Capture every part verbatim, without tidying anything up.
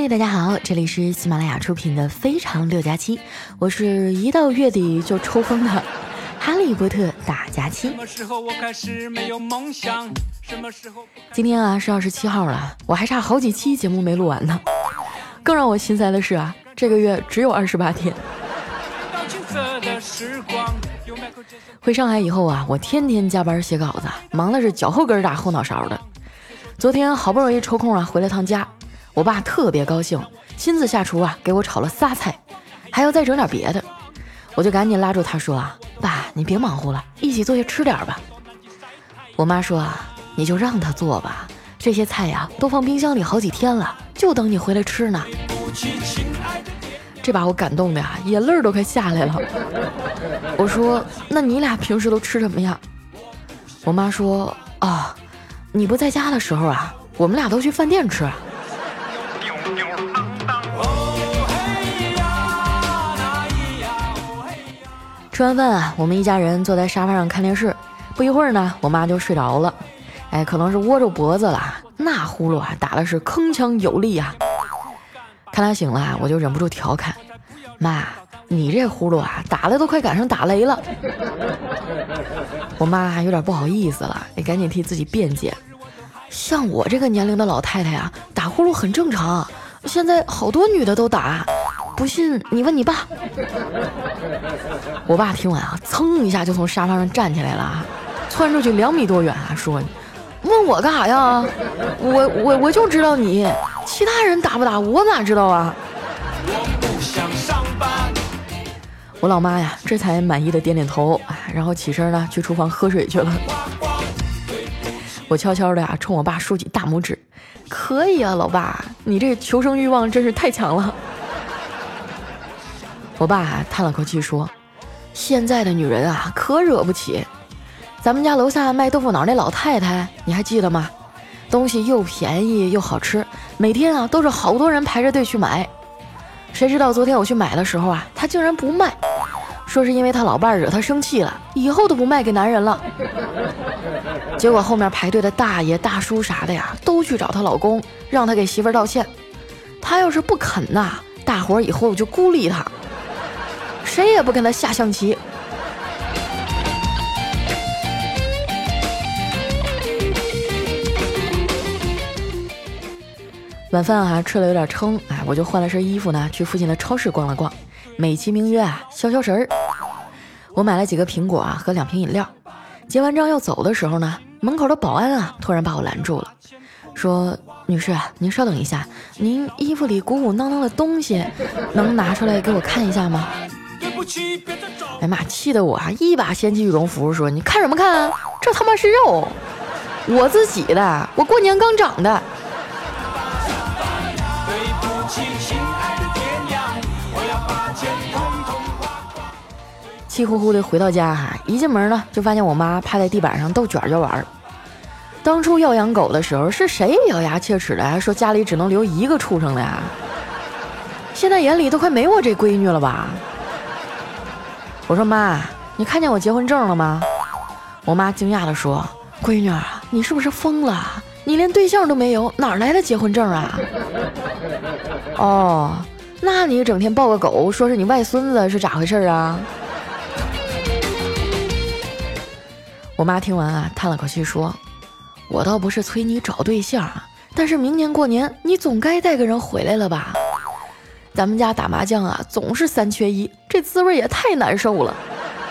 嗨，大家好，这里是喜马拉雅出品的非常六加七，我是一到月底就抽风的哈利波特大假期。今天啊是二十七号了，我还差好几期节目没录完呢。更让我心塞的是啊，这个月只有二十八天。回上海以后啊，我天天加班写稿子，忙的是脚后跟打后脑勺的。昨天好不容易抽空啊回了趟家，我爸特别高兴，亲自下厨啊给我炒了仨菜，还要再整点别的。我就赶紧拉住他说啊，爸你别忙活了，一起坐下吃点吧。我妈说啊，你就让他做吧，这些菜呀、啊、都放冰箱里好几天了，就等你回来吃呢。这把我感动的呀，眼泪都快下来了。我说那你俩平时都吃什么呀？我妈说啊，你不在家的时候啊，我们俩都去饭店吃。吃完饭啊，我们一家人坐在沙发上看电视，不一会儿呢，我妈就睡着了。哎，可能是窝着脖子了，那呼噜啊打的是铿锵有力啊。看她醒了，我就忍不住调侃：“妈，你这呼噜啊，打的都快赶上打雷了。”我妈有点不好意思了，也赶紧替自己辩解：“像我这个年龄的老太太啊，打呼噜很正常，现在好多女的都打，不信你问你爸。”我爸听完啊，噌一下就从沙发上站起来了啊，窜出去两米多远啊，说：“问我干啥呀？我我我就知道你，其他人打不打我哪知道啊？”我老妈呀，这才满意的点点头，然后起身呢去厨房喝水去了。我悄悄的呀冲我爸竖起大拇指，可以啊，老爸，你这求生欲望真是太强了。我爸啊叹了口气说：“现在的女人啊，可惹不起。咱们家楼下卖豆腐脑那老太太，你还记得吗？东西又便宜又好吃，每天啊都是好多人排着队去买。谁知道昨天我去买的时候啊，她竟然不卖，说是因为她老伴惹她生气了，以后都不卖给男人了。结果后面排队的大爷大叔啥的呀，都去找她老公，让她给媳妇儿道歉。她要是不肯呐，大伙儿以后就孤立她，谁也不跟她下象棋。”晚饭啊吃了有点撑，哎，我就换了身衣服呢，去附近的超市逛了逛，美其名曰啊消消食儿。我买了几个苹果啊和两瓶饮料。结完账要走的时候呢，门口的保安啊突然把我拦住了，说：“女士啊，您稍等一下，您衣服里鼓鼓囊囊的东西，能拿出来给我看一下吗？”哎妈，气得我啊一把掀起羽绒服说：“你看什么看啊？这他妈是肉，我自己的，我过年刚长的。”气呼呼的回到家哈，一进门呢就发现我妈趴在地板上逗卷就玩。当初要养狗的时候，是谁咬牙切齿的还说家里只能留一个畜生的呀？现在眼里都快没我这闺女了吧？我说妈，你看见我结婚证了吗？我妈惊讶地说：“闺女啊，你是不是疯了？你连对象都没有，哪来的结婚证啊？”哦，那你整天抱个狗，说是你外孙子是咋回事啊？我妈听完啊，叹了口气说：“我倒不是催你找对象，但是明年过年你总该带个人回来了吧？咱们家打麻将啊，总是三缺一，这滋味也太难受了。”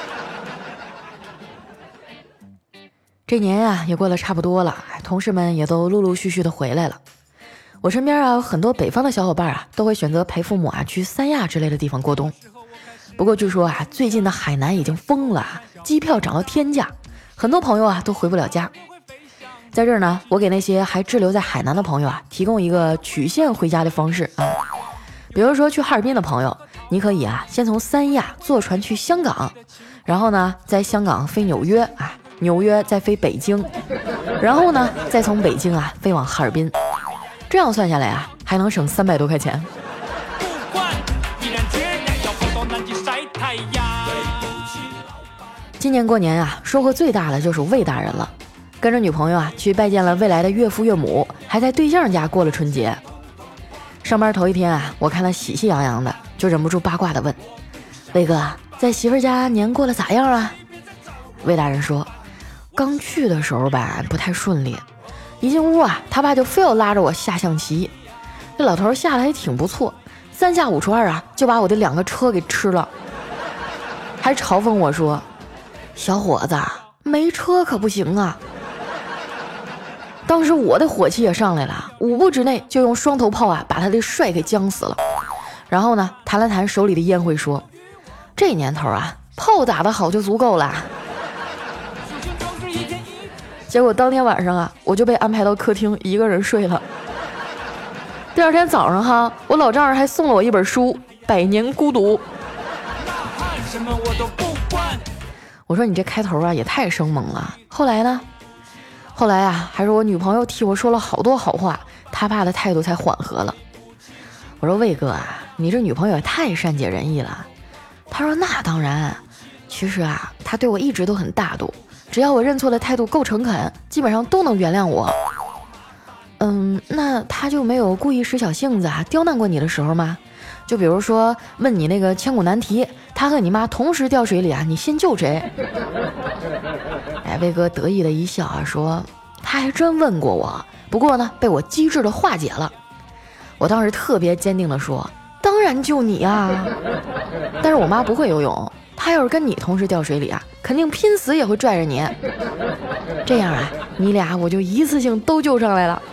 这年啊，也过得差不多了，同事们也都陆陆续续的回来了。我身边啊，有很多北方的小伙伴啊，都会选择陪父母啊去三亚之类的地方过冬。不过据说啊，最近的海南已经封了，机票涨到天价。很多朋友啊都回不了家。在这儿呢，我给那些还滞留在海南的朋友啊提供一个曲线回家的方式啊。比如说去哈尔滨的朋友，你可以啊先从三亚坐船去香港，然后呢在香港飞纽约啊，纽约再飞北京，然后呢再从北京啊飞往哈尔滨。这样算下来啊还能省三百多块钱。今年过年啊，收获最大的就是魏大人了，跟着女朋友啊去拜见了未来的岳父岳母，还在对象家过了春节。 上班头一天啊，我看他喜气洋洋的，就忍不住八卦的问：魏哥，在媳妇家年过得咋样啊？魏大人说：刚去的时候吧，不太顺利。一进屋啊，他爸就非要拉着我下象棋。这老头下的还挺不错，三下五除二啊，就把我的两个车给吃了，还嘲讽我说：小伙子，没车可不行啊。当时我的火气也上来了，五步之内就用双头炮啊把他的帅给僵死了。然后呢，弹了弹手里的烟灰说：这年头啊，炮打得好就足够了。结果当天晚上啊，我就被安排到客厅一个人睡了。第二天早上哈，我老丈人还送了我一本书《百年孤独》。我说你这开头啊也太生猛了。后来呢？后来啊，还是我女朋友替我说了好多好话，他爸的态度才缓和了。我说魏哥啊，你这女朋友也太善解人意了。他说那当然，其实啊，他对我一直都很大度，只要我认错的态度够诚恳，基本上都能原谅我。嗯，那他就没有故意使小性子啊，刁难过你的时候吗？就比如说问你那个千古难题，他和你妈同时掉水里啊，你先救谁？哎，魏哥得意的一笑啊，说他还真问过我，不过呢，被我机智的化解了。我当时特别坚定的说，当然救你啊！但是我妈不会游泳，她要是跟你同时掉水里啊，肯定拼死也会拽着你。这样啊，你俩我就一次性都救上来了。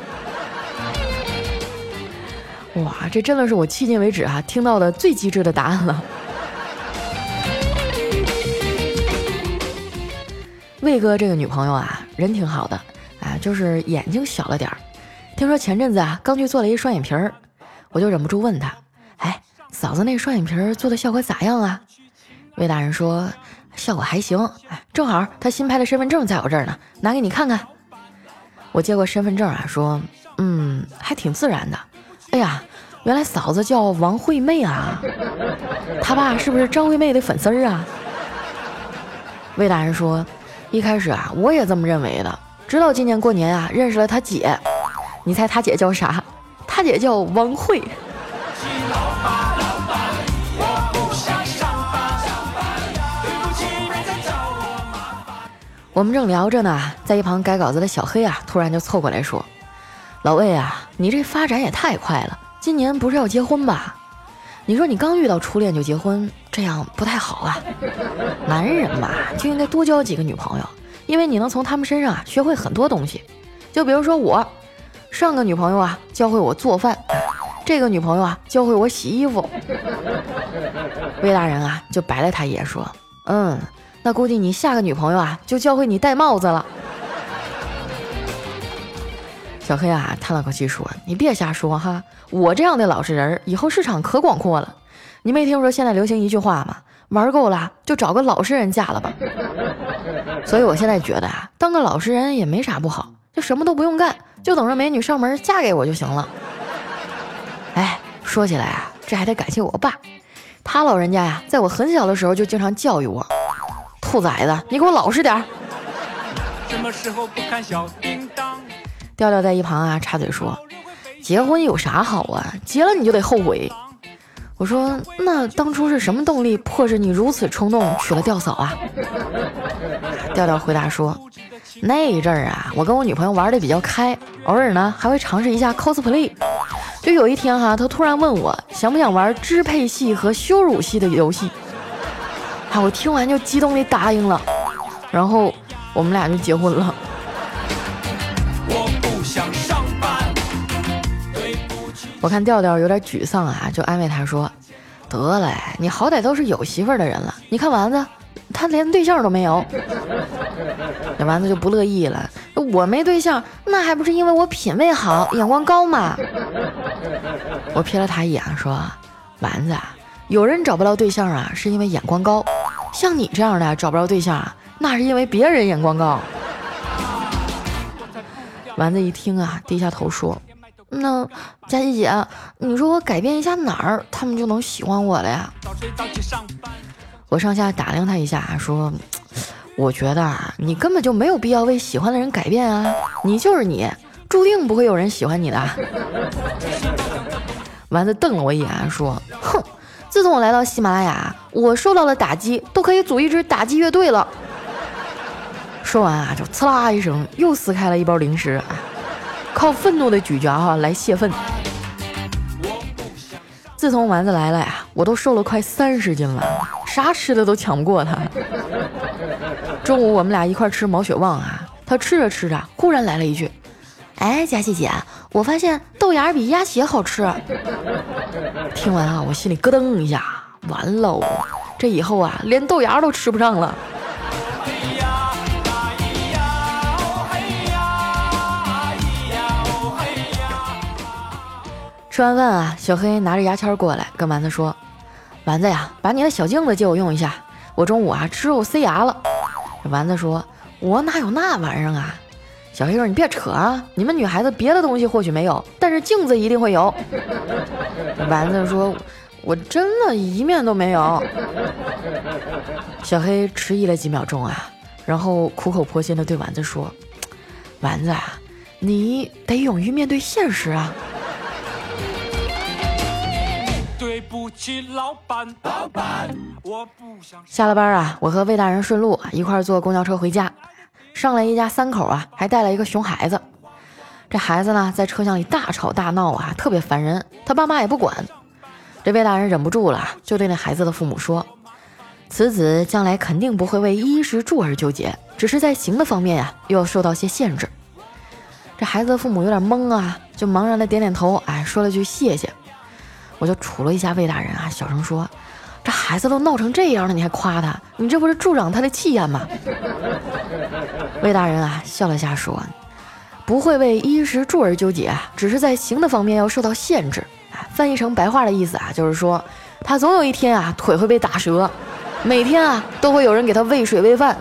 哇，这真的是我迄今为止啊听到的最机智的答案了。魏哥这个女朋友啊，人挺好的啊，就是眼睛小了点儿。听说前阵子啊，刚去做了一双眼皮儿，我就忍不住问她：哎，嫂子那双眼皮儿做的效果咋样啊？魏大人说效果还行，哎，正好他新拍的身份证在我这儿呢，拿给你看看。我接过身份证啊，说嗯，还挺自然的。哎呀，原来嫂子叫王惠妹啊，他爸是不是张惠妹的粉丝儿啊？魏大人说，一开始啊，我也这么认为的，直到今年过年啊，认识了他姐。你猜他姐叫啥？他姐叫王慧。我们正聊着呢，在一旁改稿子的小黑啊，突然就凑过来说：老魏啊，你这发展也太快了，今年不是要结婚吧？你说你刚遇到初恋就结婚，这样不太好啊。男人嘛，就应该多交几个女朋友，因为你能从他们身上啊学会很多东西。就比如说我，上个女朋友啊教会我做饭，这个女朋友啊教会我洗衣服。魏大人啊就白了他一眼说：嗯，那估计你下个女朋友啊就教会你戴帽子了。小黑啊叹了口气说：你别瞎说哈，我这样的老实人以后市场可广阔了。你没听说现在流行一句话吗？玩够了就找个老实人嫁了吧。所以我现在觉得啊，当个老实人也没啥不好，就什么都不用干，就等着美女上门嫁给我就行了。哎，说起来啊，这还得感谢我爸，他老人家呀在我很小的时候就经常教育我：兔崽子，你给我老实点。什么时候不看小叮当？调调在一旁啊插嘴说：结婚有啥好啊，结了你就得后悔。我说那当初是什么动力迫使你如此冲动娶了吊嫂啊？调调回答说：那一阵儿啊，我跟我女朋友玩的比较开，偶尔呢还会尝试一下 cosplay。就有一天哈、啊，她突然问我想不想玩支配系和羞辱系的游戏。啊，我听完就激动地答应了，然后我们俩就结婚了。我看调调有点沮丧啊，就安慰他说：得嘞，你好歹都是有媳妇儿的人了，你看丸子他连对象都没有。那丸子就不乐意了，我没对象那还不是因为我品味好眼光高嘛。我瞥了他一眼说：丸子，有人找不到对象啊是因为眼光高，像你这样的找不着对象啊那是因为别人眼光高。丸子一听啊低下头说：那佳琪姐，你说我改变一下哪儿他们就能喜欢我了呀？我上下打量他一下说：我觉得啊你根本就没有必要为喜欢的人改变啊，你就是你，注定不会有人喜欢你的。 丸子瞪了我一眼说，哼，自从我来到喜马拉雅，我受到了打击都可以组一支打击乐队了。说完啊，就呲啦一声又撕开了一包零食，啊、靠愤怒的咀嚼啊来泄愤。自从丸子来了呀，我都瘦了快三十斤了，啥吃的都抢不过他。中午我们俩一块吃毛血旺啊，他吃着吃着，忽然来了一句：“哎，佳琪姐，我发现豆芽比鸭血好吃。”听完啊，我心里咯噔一下，完喽，这以后啊，连豆芽都吃不上了。吃完饭啊，小黑拿着牙签过来跟丸子说：“丸子呀，把你的小镜子借我用一下，我中午啊吃肉塞牙了。”丸子说：“我哪有那玩意儿啊？”小黑说：“你别扯啊，你们女孩子别的东西或许没有，但是镜子一定会有。”丸子说：“我真的一面都没有。”小黑迟疑了几秒钟啊，然后苦口婆心地对丸子说：“丸子啊，你得勇于面对现实啊。”对不起老板，老板，我不想。下了班啊，我和魏大人顺路一块坐公交车回家，上来一家三口啊，还带了一个熊孩子。这孩子呢，在车厢里大吵大闹啊，特别烦人，他爸妈也不管。这魏大人忍不住了，就对那孩子的父母说：“此子将来肯定不会为衣食住而纠结，只是在行的方面呀、啊，又要受到些限制。”这孩子的父母有点懵啊，就茫然的点点头，哎，说了句谢谢。我就杵了一下魏大人啊，小声说：“这孩子都闹成这样了，你还夸他？你这不是助长他的气焰吗？”魏大人啊笑了下说：“不会为衣食住而纠结，只是在行的方面要受到限制。”翻译成白话的意思啊，就是说他总有一天啊腿会被打折，每天啊都会有人给他喂水喂饭。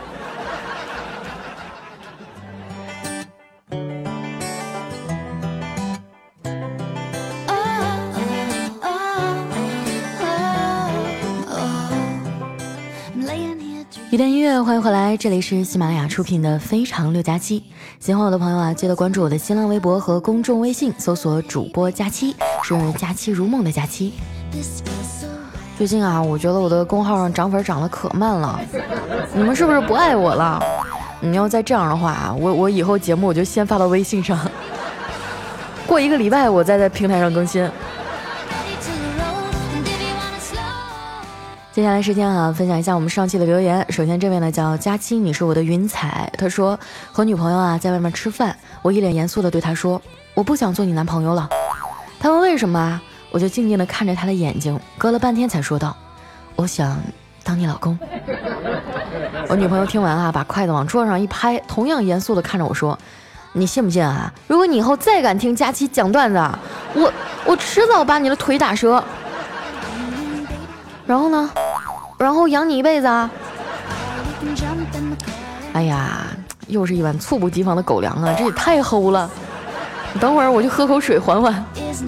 一段音乐，欢迎回来，这里是喜马拉雅出品的《非常六加七》。喜欢我的朋友啊，记得关注我的新浪微博和公众微信，搜索主播佳期，是佳期如梦的佳期。最近啊，我觉得我的公号上涨粉涨得可慢了，你们是不是不爱我了？你要再这样的话，我我以后节目我就先发到微信上，过一个礼拜我再在平台上更新。接下来时间啊，分享一下我们上期的留言。首先这位呢叫佳期，你是我的云彩。他说和女朋友啊在外面吃饭，我一脸严肃的对他说，我不想做你男朋友了。他问为什么啊？我就静静的看着他的眼睛，隔了半天才说道，我想当你老公。我女朋友听完啊，把筷子往桌上一拍，同样严肃的看着我说，你信不信啊？如果你以后再敢听佳期讲段子，我我迟早把你的腿打折。然后呢？然后养你一辈子啊！哎呀，又是一碗猝不及防的狗粮啊！这也太齁了。等会儿我就喝口水缓缓。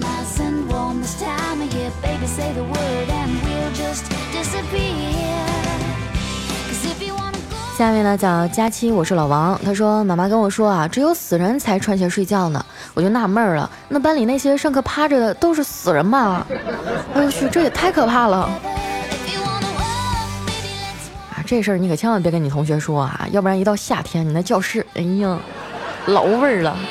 下面呢叫佳期，我是老王。他说妈妈跟我说啊，只有死人才穿鞋睡觉呢。我就纳闷了，那班里那些上课趴着的都是死人吗？哎呦去，这也太可怕了！这事儿你可千万别跟你同学说啊，要不然一到夏天你那教室，哎呀，老味儿了。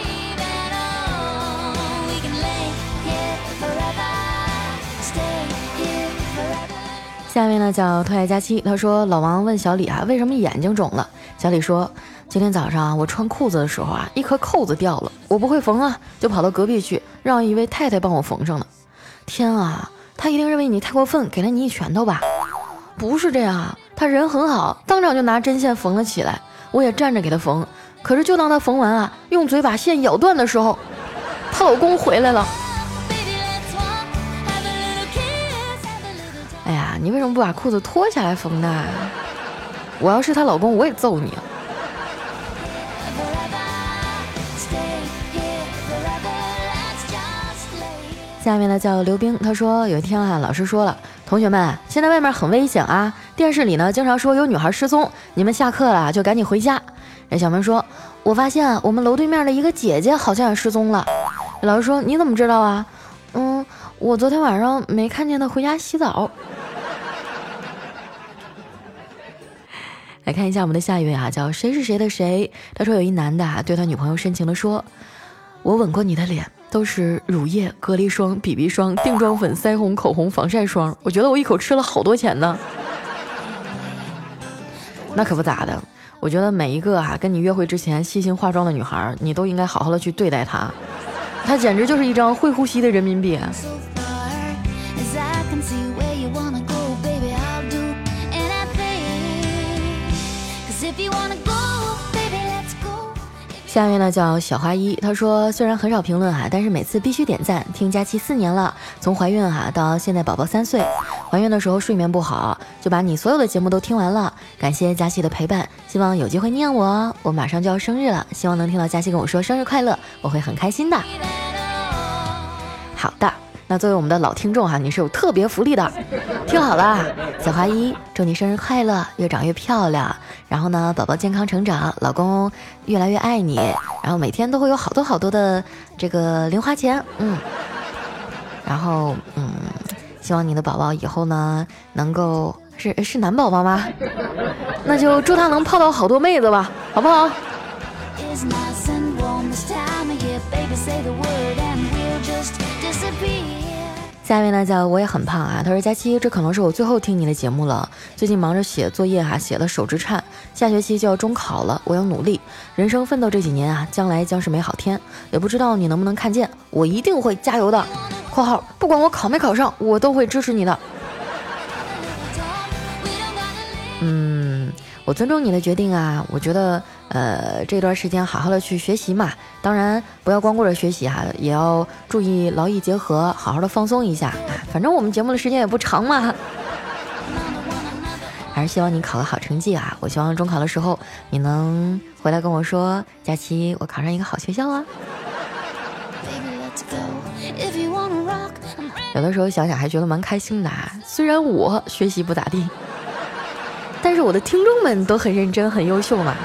下面呢叫特爱佳期，他说老王问小李啊，为什么眼睛肿了？小李说，今天早上我穿裤子的时候啊，一颗扣子掉了，我不会缝啊，就跑到隔壁去让一位太太帮我缝上了。天啊，他一定认为你太过分，给了你一拳头吧？不是这样啊，他人很好，当场就拿针线缝了起来，我也站着给他缝。可是就当他缝完啊，用嘴把线咬断的时候，她老公回来了。哎呀，你为什么不把裤子脱下来缝呢？我要是她老公，我也揍你。下面呢叫刘冰，他说有一天啊，老师说了，同学们，现在外面很危险啊，电视里呢经常说有女孩失踪，你们下课了就赶紧回家。这小明说，我发现我们楼对面的一个姐姐好像也失踪了。老师说，你怎么知道啊？嗯， 我昨天晚上没看见他回家洗澡。来看一下我们的下一位啊，叫谁是谁的谁。他说有一男的啊，对他女朋友深情的说，我吻过你的脸，都是乳液、隔离霜、B B 霜、定妆粉、腮红、口红、防晒霜，我觉得我一口吃了好多钱呢。那可不咋的，我觉得每一个啊跟你约会之前细心化妆的女孩，你都应该好好的去对待她，她简直就是一张会呼吸的人民币。下面呢叫小花一，他说虽然很少评论哈，但是每次必须点赞。听佳期四年了，从怀孕哈到现在宝宝三岁，怀孕的时候睡眠不好，就把你所有的节目都听完了。感谢佳期的陪伴，希望有机会念我哦。我马上就要生日了，希望能听到佳期跟我说生日快乐，我会很开心的。好的。那作为我们的老听众哈，你是有特别福利的，听好了，小花一，祝你生日快乐，越长越漂亮，然后呢，宝宝健康成长，老公越来越爱你，然后每天都会有好多好多的这个零花钱，嗯，然后嗯，希望你的宝宝以后呢能够是是男宝宝吗？那就祝他能泡到好多妹子吧，好不好？下面呢叫我也很胖啊，他说佳期，这可能是我最后听你的节目了，最近忙着写作业哈、啊，写的手直颤，下学期就要中考了，我要努力，人生奋斗这几年啊，将来将是美好天，也不知道你能不能看见，我一定会加油的。括号不管我考没考上，我都会支持你的。嗯，我尊重你的决定啊，我觉得呃这段时间好好的去学习嘛，当然不要光顾着学习哈、啊，也要注意劳逸结合，好好的放松一下，反正我们节目的时间也不长嘛。还是希望你考个好成绩啊，我希望中考的时候你能回来跟我说，佳期我考上一个好学校啊。有的时候想想还觉得蛮开心的啊，虽然我学习不咋地，但是我的听众们都很认真很优秀嘛。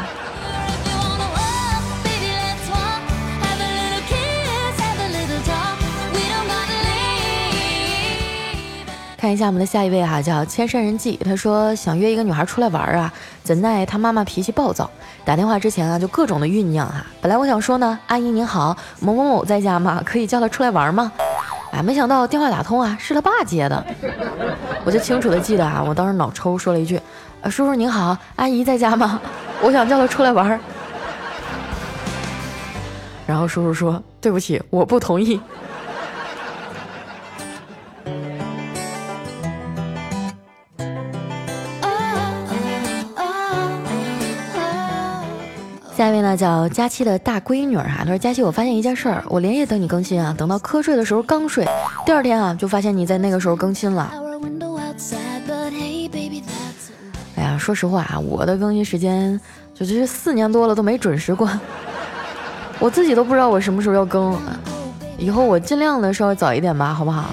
看一下我们的下一位哈、啊，叫千山人迹，他说想约一个女孩出来玩啊，怎奈她妈妈脾气暴躁，打电话之前啊就各种的酝酿哈、啊。本来我想说呢，阿姨您好，某某某在家吗？可以叫她出来玩吗？哎，没想到电话打通啊，是他爸接的。我就清楚的记得啊，我当时脑抽说了一句，呃，叔叔您好，阿姨在家吗？我想叫她出来玩。然后叔叔说，对不起，我不同意。下一位呢叫佳期的大闺女儿哈，她说佳期，我发现一件事儿，我连夜等你更新啊，等到瞌睡的时候刚睡，第二天啊就发现你在那个时候更新了。哎呀，说实话啊，我的更新时间就是四年多了都没准时过，我自己都不知道我什么时候要更，以后我尽量的稍微早一点吧，好不好？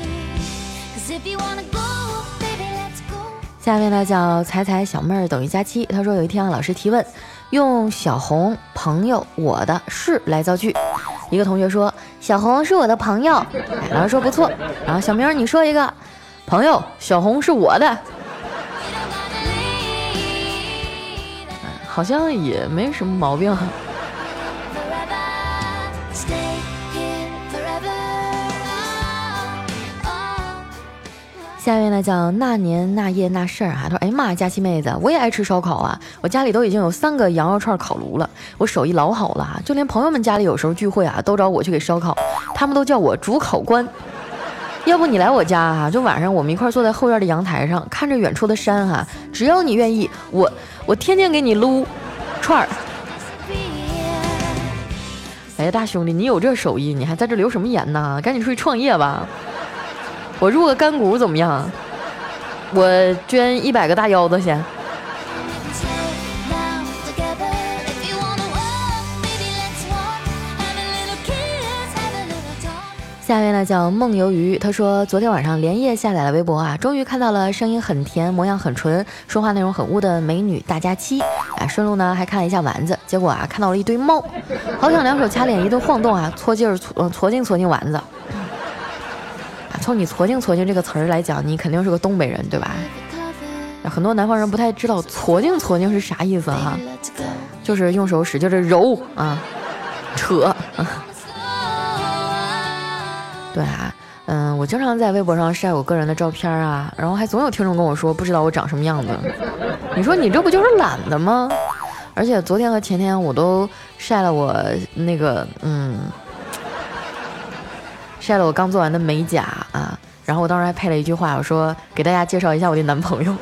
下面呢叫彩彩小妹儿等于佳期，她说有一天啊，老师提问，用小红、朋友、我的、是来造句。一个同学说小红是我的朋友，哎，老师说不错。然后小明儿你说一个，朋友，小红是我的，好像也没什么毛病。下面呢叫那年那夜那事儿哈，他说哎妈，佳期妹子，我也爱吃烧烤啊，我家里都已经有三个羊肉串烤炉了，我手艺老好了哈，就连朋友们家里有时候聚会啊，都找我去给烧烤，他们都叫我主烤官。要不你来我家啊，就晚上我们一块坐在后院的阳台上，看着远处的山哈，只要你愿意，我我天天给你撸串儿。哎呀，大兄弟，你有这手艺，你还在这留什么言呢？赶紧出去创业吧。我入个干股怎么样？我捐一百个大腰子先。下面呢叫梦游鱼，他说昨天晚上连夜下载了微博啊，终于看到了声音很甜、模样很纯、说话内容很污的美女大佳期。哎，顺路呢还看了一下丸子，结果啊看到了一堆猫，好想两手掐脸一顿晃动啊，搓劲儿搓搓进搓进丸子。 从你搓净搓净这个词儿来讲，你肯定是个东北人，对吧？很多南方人不太知道搓净搓净是啥意思哈，就是用手使劲的揉啊，扯。对啊，嗯，我经常在微博上晒我个人的照片啊，然后还总有听众跟我说不知道我长什么样子。你说你这不就是懒的吗？而且昨天和前天我都晒了我那个嗯，晒了我刚做完的美甲啊，然后我当时还配了一句话，我说给大家介绍一下我的男朋友。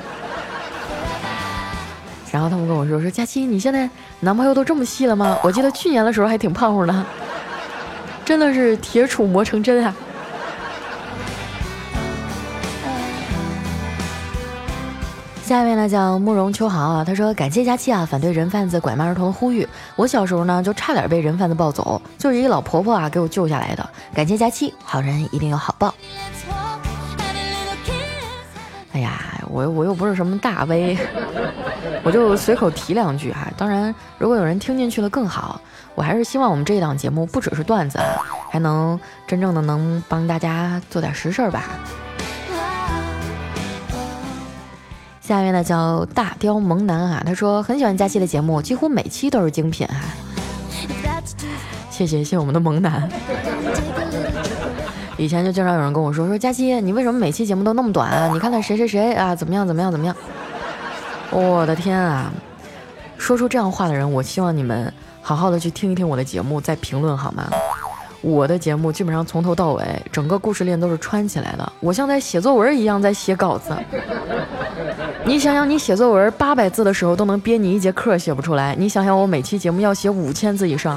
然后他们跟我说说佳期，你现在男朋友都这么细了吗？我记得去年的时候还挺胖乎的，真的是铁杵磨成针啊。下一位呢叫慕容秋豪啊，他说感谢佳期啊，反对人贩子拐卖儿童的呼吁。我小时候呢就差点被人贩子抱走，就是一老婆婆啊给我救下来的。感谢佳期，好人一定有好报。哎呀，我我又不是什么大 V， 我就随口提两句哈。当然，如果有人听进去了更好。我还是希望我们这一档节目不只是段子啊，还能真正的能帮大家做点实事吧。下面呢叫大雕萌男啊，他说很喜欢佳期的节目，几乎每期都是精品啊。谢谢谢谢我们的萌男。以前就经常有人跟我说说佳期，你为什么每期节目都那么短啊？你看看谁谁谁啊，怎么样怎么样怎么样？我的天啊！说出这样话的人，我希望你们好好的去听一听我的节目，再评论好吗？我的节目基本上从头到尾，整个故事链都是串起来的，我像在写作文一样在写稿子。你想想，你写作文八百字的时候都能憋你一节课写不出来，你想想我每期节目要写五千字以上，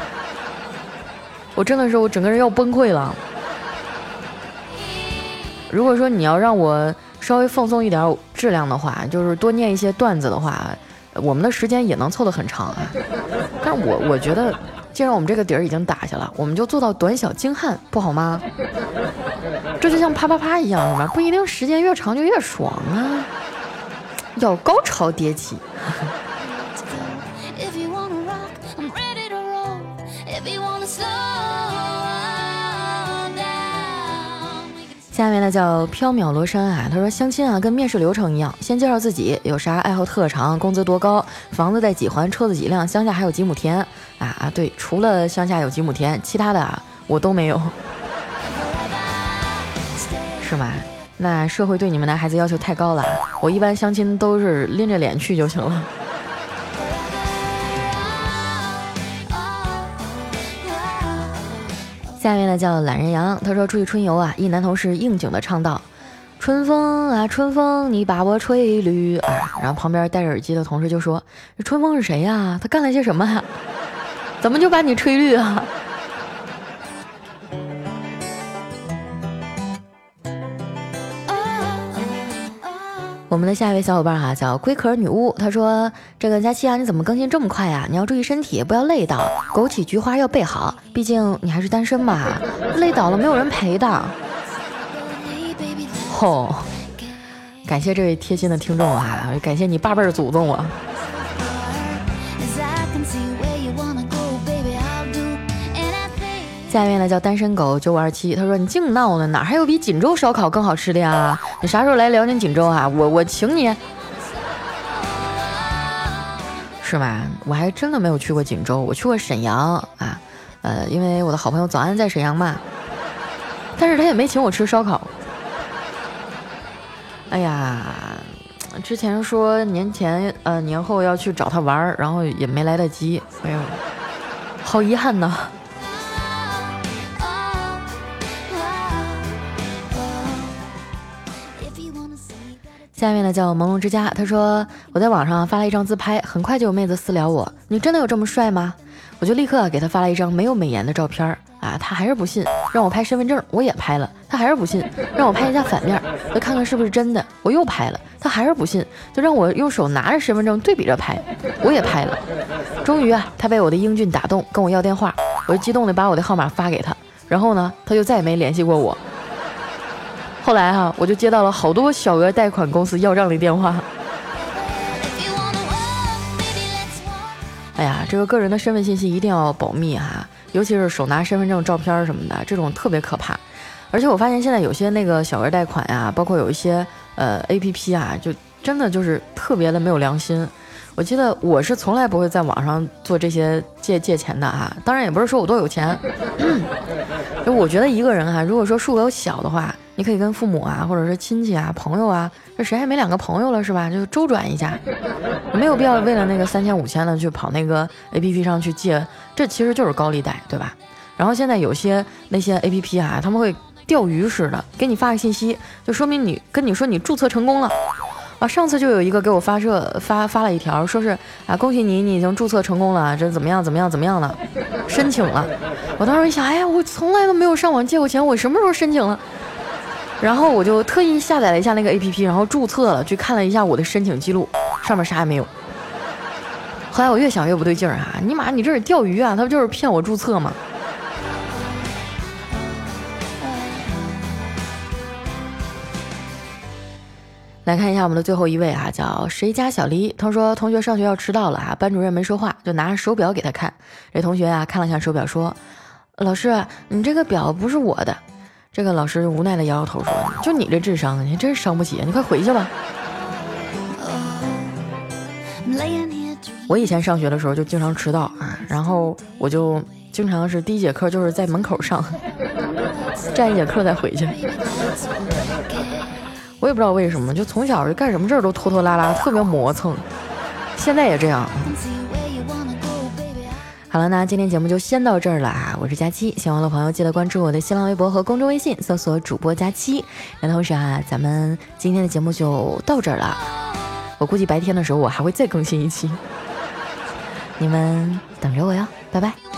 我真的是我整个人要崩溃了。如果说你要让我稍微放松一点质量的话，就是多念一些段子的话，我们的时间也能凑得很长啊。但是我我觉得既然我们这个底儿已经打下了，我们就做到短小精悍不好吗？这就像啪啪啪一样是吧？不一定时间越长就越爽啊，要高潮迭起。下面呢叫缥缈罗珊啊，他说相亲啊跟面试流程一样，先介绍自己有啥爱好特长，工资多高，房子在几环，车子几辆，乡下还有几亩田啊啊对，除了乡下有几亩田，其他的啊我都没有，是吗？那社会对你们男孩子要求太高了，我一般相亲都是拎着脸去就行了。下面呢叫懒人羊，他说出去春游啊，一男同事应景的唱道：春风啊春风你把我吹绿啊，然后旁边戴着耳机的同事就说春风是谁呀、啊？他干了些什么啊？怎么就把你吹绿啊？我们的下一位小伙伴哈、啊、叫龟壳女巫，她说这个佳期啊，你怎么更新这么快啊？你要注意身体，不要累到。枸杞菊花要备好，毕竟你还是单身嘛，累倒了没有人陪的。吼、哦，感谢这位贴心的听众啊，感谢你八辈儿祖宗啊。下面呢叫单身狗九五二七，他说你净闹呢，哪还有比锦州烧烤更好吃的呀？你啥时候来辽宁锦州啊？我我请你，是吗？我还真的没有去过锦州，我去过沈阳啊，呃，因为我的好朋友早安在沈阳嘛，但是他也没请我吃烧烤。哎呀，之前说年前呃年后要去找他玩，然后也没来得及，哎呦，好遗憾呐。下面呢叫朦胧之家，他说我在网上发了一张自拍，很快就有妹子私聊我，你真的有这么帅吗？我就立刻给他发了一张没有美颜的照片啊，他还是不信，让我拍身份证，我也拍了，他还是不信，让我拍一下反面，再看看是不是真的，我又拍了，他还是不信，就让我用手拿着身份证对比着拍，我也拍了。终于啊，他被我的英俊打动，跟我要电话，我就激动的把我的号码发给他，然后呢，他就再也没联系过我。后来哈、啊，我就接到了好多小额贷款公司要账的电话。哎呀，这个个人的身份信息一定要保密哈、啊， 尤其是手拿身份证照片什么的，这种特别可怕。而且我发现现在有些那个小额贷款呀，包括有一些呃 A P P 啊，就真的就是特别的没有良心。我记得我是从来不会在网上做这些借借钱的哈，当然也不是说我多有钱。就我觉得一个人哈，如果说数额小的话，你可以跟父母啊，或者是亲戚啊、朋友啊，这谁还没两个朋友了是吧？就周转一下，没有必要为了那个三千五千的去跑那个 A P P 上去借，这其实就是高利贷，对吧？然后现在有些那些 A P P 啊，他们会钓鱼似的给你发个信息，就说明你跟你说你注册成功了。啊，上次就有一个给我发射发发了一条，说是啊，恭喜你，你已经注册成功了，这怎么样怎么样怎么样了，申请了。我当时一想，哎呀，我从来都没有上网借过钱，我什么时候申请了？然后我就特意下载了一下那个 A P P， 然后注册了，去看了一下我的申请记录，上面啥也没有。后来我越想越不对劲儿啊，尼玛，你这是钓鱼啊，他不就是骗我注册吗？来看一下我们的最后一位啊，叫谁家小黎。他说同学上学要迟到了啊，班主任没说话，就拿着手表给他看。这同学啊看了看手表说，老师，你这个表不是我的。这个老师无奈的摇摇头说，就你这智商，你真是伤不起，你快回去吧。我以前上学的时候就经常迟到啊，然后我就经常是第一节课就是在门口上，站一节课再回去。我也不知道为什么，就从小就干什么事儿都拖拖拉拉，特别磨蹭，现在也这样。好了，那今天节目就先到这儿了啊！我是佳期，喜欢的朋友记得关注我的新浪微博和公众微信，搜索主播佳期。那同时啊，咱们今天的节目就到这儿了。我估计白天的时候我还会再更新一期，你们等着我哟，拜拜。